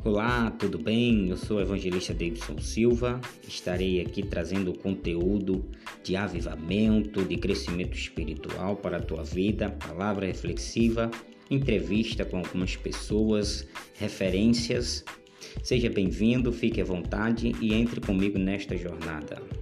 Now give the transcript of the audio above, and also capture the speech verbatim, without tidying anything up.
Olá, tudo bem? Eu sou o evangelista Davidson Silva. Estarei aqui trazendo conteúdo de avivamento, de crescimento espiritual para a tua vida, palavra reflexiva, entrevista com algumas pessoas, referências. Seja bem-vindo, fique à vontade e entre comigo nesta jornada.